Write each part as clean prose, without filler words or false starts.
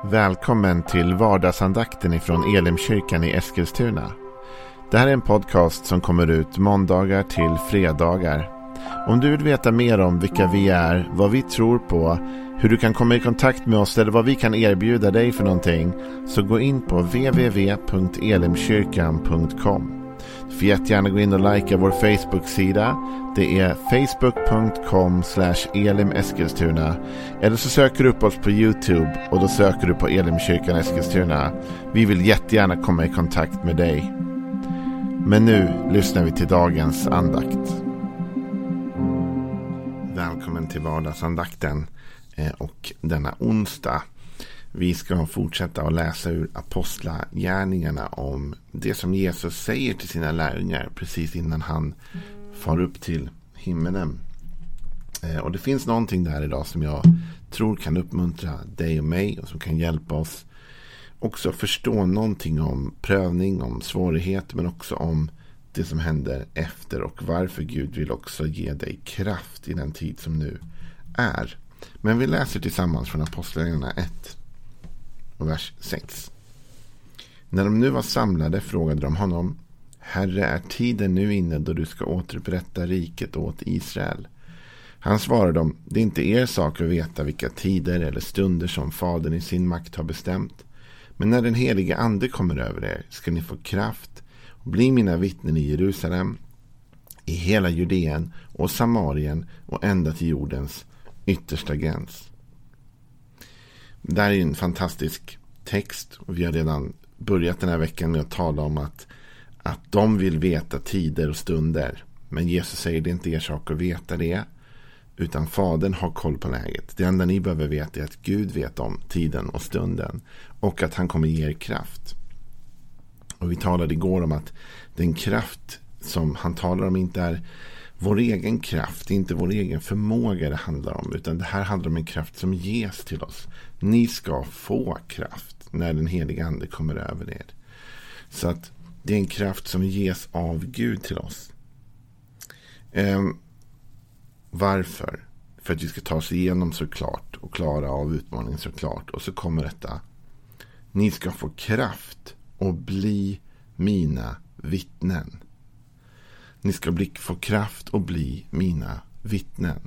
Välkommen till vardagsandakten ifrån Elimkyrkan i Eskilstuna. Det här är en podcast som kommer ut måndagar till fredagar. Om du vill veta mer om vilka vi är, vad vi tror på, hur du kan komma i kontakt med oss eller vad vi kan erbjuda dig för någonting, så gå in på www.elimkyrkan.com. Du får jättegärna gå in och likea vår Facebook-sida. Det är facebook.com/elimeskilstuna. Eller så söker du upp oss på YouTube och då söker du på Elimkyrkan Eskilstuna. Vi vill jättegärna komma i kontakt med dig. Men nu lyssnar vi till dagens andakt. Välkommen till vardagsandakten och denna onsdag. Vi ska fortsätta att läsa ur apostlagärningarna om det som Jesus säger till sina lärjungar precis innan han far upp till himmelen. Och det finns någonting där idag som jag tror kan uppmuntra dig och mig och som kan hjälpa oss också förstå någonting om prövning, om svårighet, men också om det som händer efter och varför Gud vill också ge dig kraft i den tid som nu är. Men vi läser tillsammans från Apostlagärningarna 1 och vers 6. När de nu var samlade frågade de honom: Herre, är tiden nu inne då du ska återupprätta riket åt Israel? Han svarade dem: det är inte er sak att veta vilka tider eller stunder som Fadern i sin makt har bestämt. Men när den helige ande kommer över er ska ni få kraft och bli mina vittnen i Jerusalem, i hela Judeen och Samarien och ända till jordens yttersta gräns. Det här är en fantastisk text och vi har redan börjat den här veckan med att tala om att de vill veta tider och stunder. Men Jesus säger det är inte er sak att veta det, utan Fadern har koll på läget. Det enda ni behöver veta är att Gud vet om tiden och stunden och att han kommer ge er kraft. Och vi talade igår om att den kraft som han talar om inte är vår egen kraft, inte vår egen förmåga det handlar om, utan det här handlar om en kraft som ges till oss. Ni ska få kraft när den heliga ande kommer över er. Så att det är en kraft som ges av Gud till oss. Varför? För att vi ska ta oss igenom såklart och klara av utmaningen såklart. Och så kommer detta: ni ska få kraft och bli mina vittnen. Ni ska få kraft och bli mina vittnen.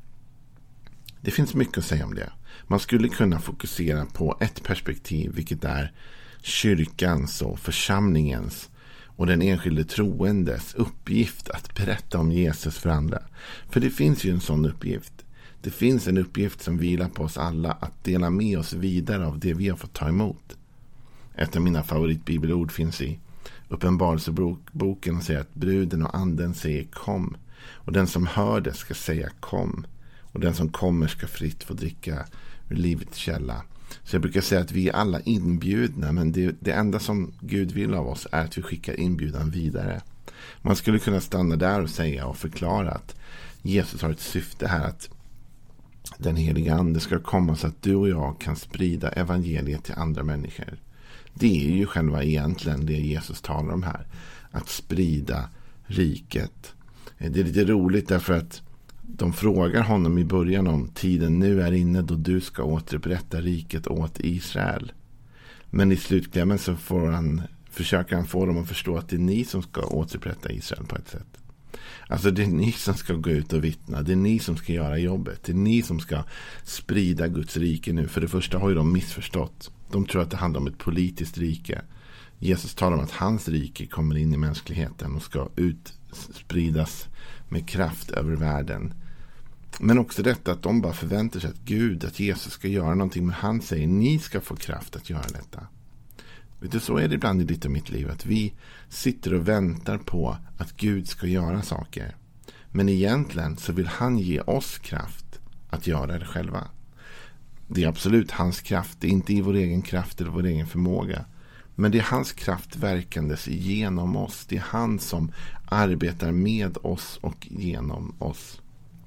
Det finns mycket att säga om det. Man skulle kunna fokusera på ett perspektiv, vilket är kyrkans och församlingens och den enskilde troendes uppgift att berätta om Jesus för andra. För det finns ju en sån uppgift. Det finns en uppgift som vilar på oss alla att dela med oss vidare av det vi har fått ta emot. Ett av mina favoritbibelord finns i Uppenbarelseboken och säger att bruden och anden säger kom. Och den som hör det ska säga kom. Och den som kommer ska fritt få dricka ur livets källa. Så jag brukar säga att vi är alla inbjudna, men det enda som Gud vill av oss är att vi skickar inbjudan vidare. Man skulle kunna stanna där och säga och förklara att Jesus har ett syfte här, att den heliga ande ska komma så att du och jag kan sprida evangeliet till andra människor. Det är ju själva egentligen det Jesus talar om här. Att sprida riket. Det är lite roligt därför att de frågar honom i början om tiden nu är inne då du ska återupprätta riket åt Israel. Men i slutklämmen så försöker han få dem att förstå att det är ni som ska återupprätta Israel på ett sätt. Alltså det är ni som ska gå ut och vittna. Det är ni som ska göra jobbet. Det är ni som ska sprida Guds rike nu. För det första har ju de missförstått. De tror att det handlar om ett politiskt rike. Jesus talar om att hans rike kommer in i mänskligheten och ska utspridas med kraft över världen. Men också detta att de bara förväntar sig att Jesus ska göra någonting. Men han säger, ni ska få kraft att göra detta. Vet du, så är det ibland i ditt och mitt liv. Att vi sitter och väntar på att Gud ska göra saker. Men egentligen så vill han ge oss kraft att göra det själva. Det är absolut hans kraft. Det är inte i vår egen kraft eller vår egen förmåga. Men det är hans kraft verkandes genom oss. Det är han som arbetar med oss och genom oss.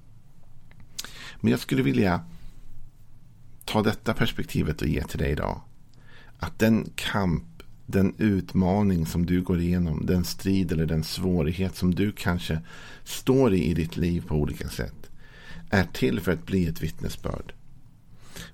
Men jag skulle vilja ta detta perspektivet och ge till dig idag. Att den kamp, den utmaning som du går igenom, den strid eller den svårighet som du kanske står i ditt liv på olika sätt, är till för att bli ett vittnesbörd.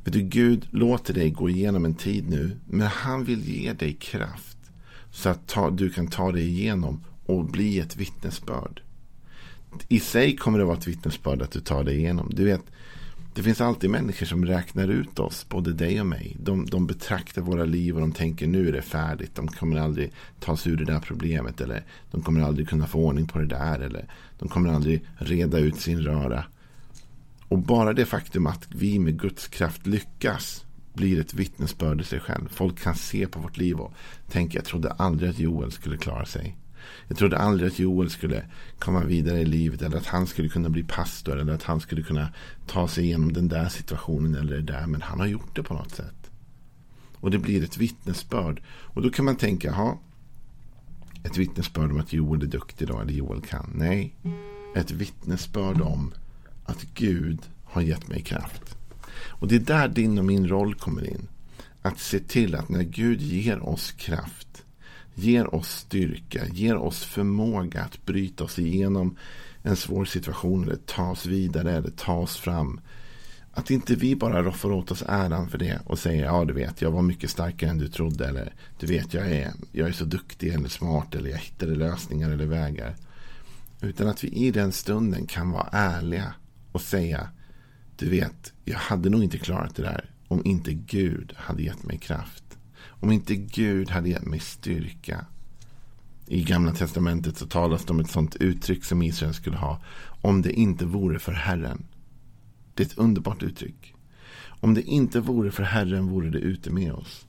Vet du, Gud låter dig gå igenom en tid nu, men han vill ge dig kraft så att du kan ta dig igenom och bli ett vittnesbörd. I sig kommer det vara ett vittnesbörd att du tar dig igenom. Du vet, det finns alltid människor som räknar ut oss, både dig och mig. De betraktar våra liv och de tänker nu är det färdigt. De kommer aldrig ta sig ur det där problemet, eller de kommer aldrig kunna få ordning på det där, eller de kommer aldrig reda ut sin röra. Och bara det faktum att vi med Guds kraft lyckas blir ett vittnesbörd i sig själv. Folk kan se på vårt liv och tänka, jag trodde aldrig att Joel skulle klara sig. Jag trodde aldrig att Joel skulle komma vidare i livet, eller att han skulle kunna bli pastor, eller att han skulle kunna ta sig igenom den där situationen eller det där, men han har gjort det på något sätt. Och det blir ett vittnesbörd. Och då kan man tänka, ett vittnesbörd om att Joel är duktig då, eller Joel kan. Nej, ett vittnesbörd om att Gud har gett mig kraft. Och det är där din och min roll kommer in. Att se till att när Gud ger oss kraft, ger oss styrka, ger oss förmåga att bryta oss igenom en svår situation, eller ta oss vidare, eller ta oss fram. Att inte vi bara roffar åt oss äran för det och säger, ja du vet, jag var mycket starkare än du trodde, eller du vet, jag är så duktig eller smart, eller jag hittade lösningar eller vägar. Utan att vi i den stunden kan vara ärliga och säga, du vet, jag hade nog inte klarat det där om inte Gud hade gett mig kraft. Om inte Gud hade gett mig styrka. I Gamla testamentet så talas det om ett sånt uttryck som Israel skulle ha. Om det inte vore för Herren. Det är ett underbart uttryck. Om det inte vore för Herren vore det ute med oss.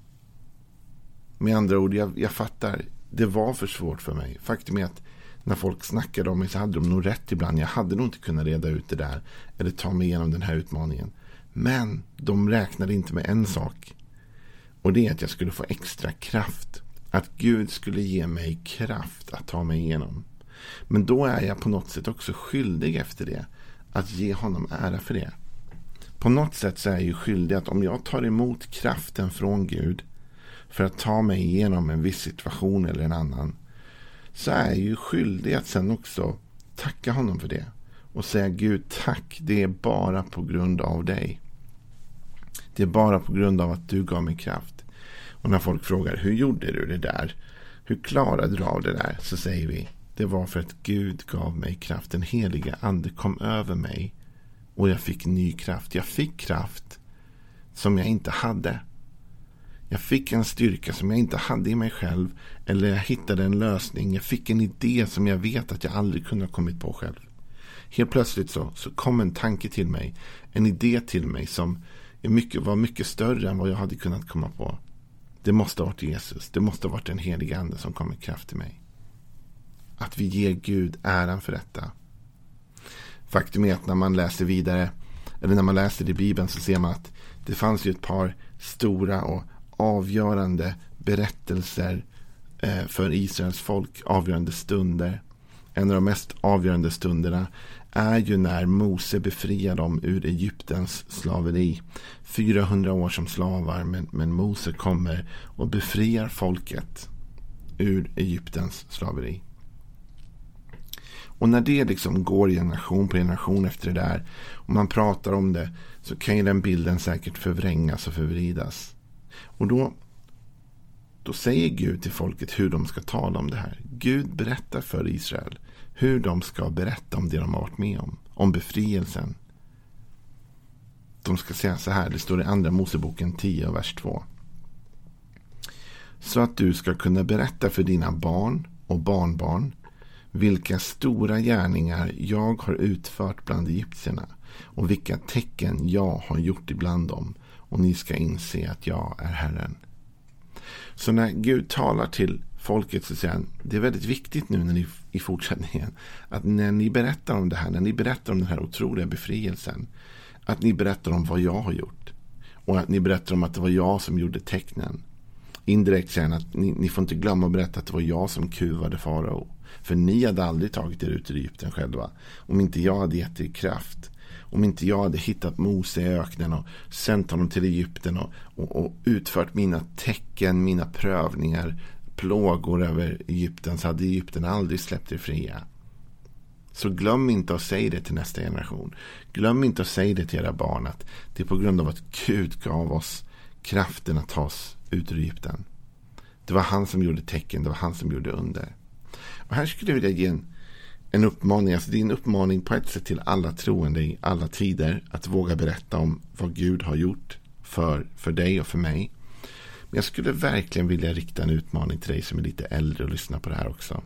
Med andra ord, jag fattar. Det var för svårt för mig. Faktum är att när folk snackade om mig så hade de nog rätt ibland. Jag hade nog inte kunnat reda ut det där, eller ta mig igenom den här utmaningen. Men de räknade inte med en sak. Och det är att jag skulle få extra kraft. Att Gud skulle ge mig kraft att ta mig igenom. Men då är jag på något sätt också skyldig efter det. Att ge honom ära för det. På något sätt så är jag ju skyldig att om jag tar emot kraften från Gud för att ta mig igenom en viss situation eller en annan, så är jag ju skyldig att sen också tacka honom för det. Och säga, Gud tack, det är bara på grund av dig. Det är bara på grund av att du gav mig kraft. Och när folk frågar, hur gjorde du det där? Hur klarade du av det där? Så säger vi, det var för att Gud gav mig kraft. Den heliga ande kom över mig och jag fick ny kraft. Jag fick kraft som jag inte hade. Jag fick en styrka som jag inte hade i mig själv. Eller jag hittade en lösning. Jag fick en idé som jag vet att jag aldrig kunde ha kommit på själv. Helt plötsligt så kom en tanke till mig. En idé till mig som var mycket större än vad jag hade kunnat komma på. Det måste ha varit Jesus. Det måste ha varit den heliga ande som kom med kraft till mig. Att vi ger Gud äran för detta. Faktum är att när man läser vidare, eller när man läser det i Bibeln, så ser man att det fanns ju ett par stora och avgörande berättelser för Israels folk. Avgörande stunder. En av de mest avgörande stunderna är ju när Mose befriar dem ur Egyptens slaveri. 400 år som slavar, men Mose kommer och befriar folket ur Egyptens slaveri. Och när det liksom går generation på generation efter det där, och man pratar om det, så kan ju den bilden säkert förvrängas och förvridas. Och då säger Gud till folket hur de ska tala om det här. Gud berättar för Israel hur de ska berätta om det de har varit med om befrielsen. De ska säga så här, det står i andra Moseboken 10 vers 2. Så att du ska kunna berätta för dina barn och barnbarn vilka stora gärningar jag har utfört bland egyptierna och vilka tecken jag har gjort ibland dem, och ni ska inse att jag är Herren. Så när Gud talar till folket så säger han, det är väldigt viktigt nu när ni i fortsättningen, att när ni berättar om det här, när ni berättar om den här otroliga befrielsen, att ni berättar om vad jag har gjort, och att ni berättar om att det var jag som gjorde tecknen. Indirekt säger han att ni får inte glömma att berätta att det var jag som kuvade farao. För ni hade aldrig tagit er ut ur Egypten själva. Om inte jag hade gett er kraft. Om inte jag hade hittat Mose i öknen och sänt honom till Egypten och utfört mina tecken, mina prövningar, plågor över Egypten, så hade Egypten aldrig släppt er fria. Så glöm inte att säga det till nästa generation. Glöm inte att säga det till era barn, att det är på grund av att Gud gav oss kraften att ta oss ut ur Egypten. Det var han som gjorde tecken, det var han som gjorde under. Och här skulle jag vilja ge en uppmaning, alltså det är en uppmaning på ett sätt till alla troende i alla tider, att våga berätta om vad Gud har gjort för dig och för mig. Men jag skulle verkligen vilja rikta en utmaning till dig som är lite äldre och lyssna på det här också.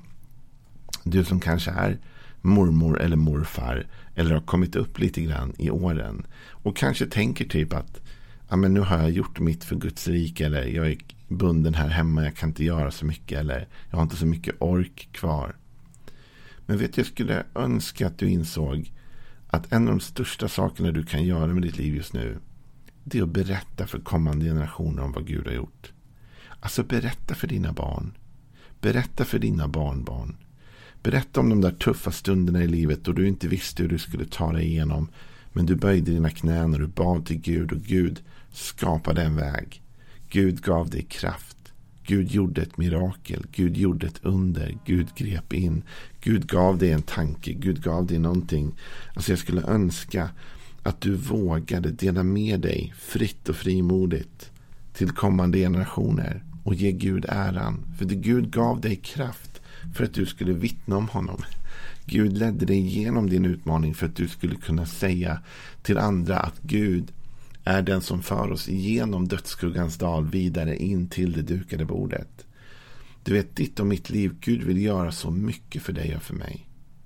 Du som kanske är mormor eller morfar eller har kommit upp lite grann i åren och kanske tänker typ att men nu har jag gjort mitt för Guds rike, eller jag är bunden här hemma, jag kan inte göra så mycket, eller jag har inte så mycket ork kvar. Men vet du, jag skulle önska att du insåg att en av de största sakerna du kan göra med ditt liv just nu, det är att berätta för kommande generationer om vad Gud har gjort. Alltså berätta för dina barn. Berätta för dina barnbarn. Berätta om de där tuffa stunderna i livet då du inte visste hur du skulle ta dig igenom, men du böjde dina knän och du bad till Gud och Gud skapade en väg. Gud gav dig kraft. Gud gjorde ett mirakel. Gud gjorde ett under. Gud grep in. Gud gav dig en tanke. Gud gav dig någonting. Alltså jag skulle önska att du vågade dela med dig fritt och frimodigt till kommande generationer och ge Gud äran. För det Gud gav dig kraft för att du skulle vittna om honom. Gud ledde dig igenom din utmaning för att du skulle kunna säga till andra att Gud är den som för oss igenom dödsskuggans dal vidare in till det dukade bordet. Du vet, ditt och mitt liv, Gud vill göra så mycket för dig och för mig.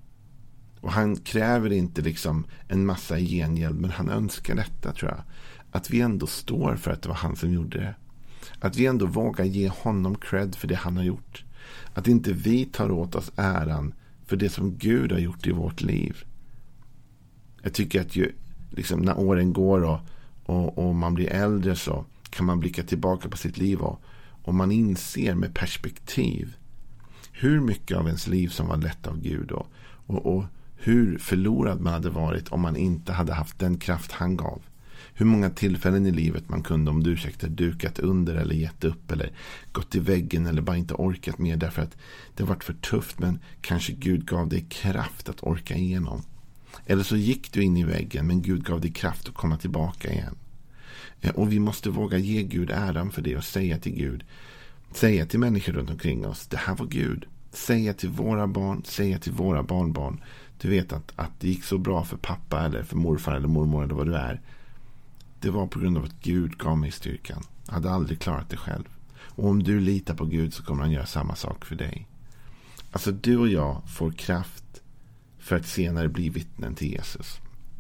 Och han kräver inte liksom en massa gengäld, men han önskar detta, tror jag. Att vi ändå står för att det var han som gjorde det. Att vi ändå vågar ge honom cred för det han har gjort. Att inte vi tar åt oss äran för det som Gud har gjort i vårt liv. Jag tycker att liksom, när åren går och man blir äldre, så kan man blicka tillbaka på sitt liv och man inser med perspektiv hur mycket av ens liv som var lätt av Gud och hur förlorad man hade varit om man inte hade haft den kraft han gav. Hur många tillfällen i livet man kunde, om du ursäktar, dukat under eller gett upp eller gått i väggen eller bara inte orkat mer därför att det varit för tufft, men kanske Gud gav dig kraft att orka igenom. Eller så gick du in i väggen, men Gud gav dig kraft att komma tillbaka igen. Och vi måste våga ge Gud äran för det och säga till Gud, säga till människor runt omkring oss, det här var Gud. Säga till våra barn, säga till våra barnbarn, du vet att det gick så bra för pappa eller för morfar eller mormor eller vad du är. Det var på grund av att Gud gav mig styrkan. Jag hade aldrig klarat det själv. Och om du litar på Gud så kommer han göra samma sak för dig. Alltså du och jag får kraft för att senare bli vittnen till Jesus.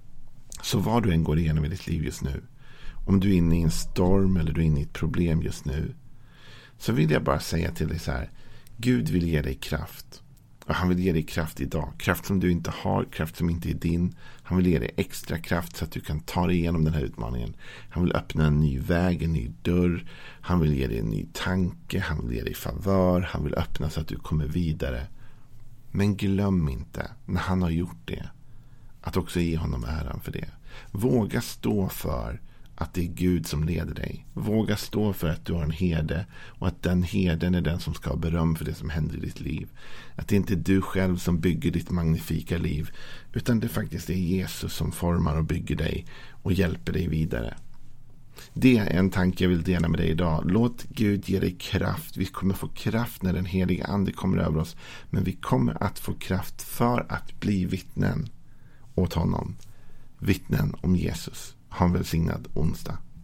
Så vad du än går igenom i ditt liv just nu, om du är inne i en storm eller du är inne i ett problem just nu, så vill jag bara säga till dig så här: Gud vill ge dig kraft. Och han vill ge dig kraft idag. Kraft som du inte har, kraft som inte är din. Han vill ge dig extra kraft så att du kan ta dig igenom den här utmaningen. Han vill öppna en ny väg, en ny dörr. Han vill ge dig en ny tanke. Han vill ge dig favör. Han vill öppna så att du kommer vidare. Men glöm inte, när han har gjort det, att också ge honom äran för det. Våga stå för att det är Gud som leder dig. Våga stå för att du har en herde och att den herden är den som ska ha beröm för det som händer i ditt liv. Att det inte är du själv som bygger ditt magnifika liv, utan det faktiskt är Jesus som formar och bygger dig och hjälper dig vidare. Det är en tanke jag vill dela med dig idag. Låt Gud ge dig kraft. Vi kommer få kraft när den heliga ande kommer över oss, men vi kommer att få kraft för att bli vittnen åt honom. Vittnen om Jesus. Ha en välsignad onsdag.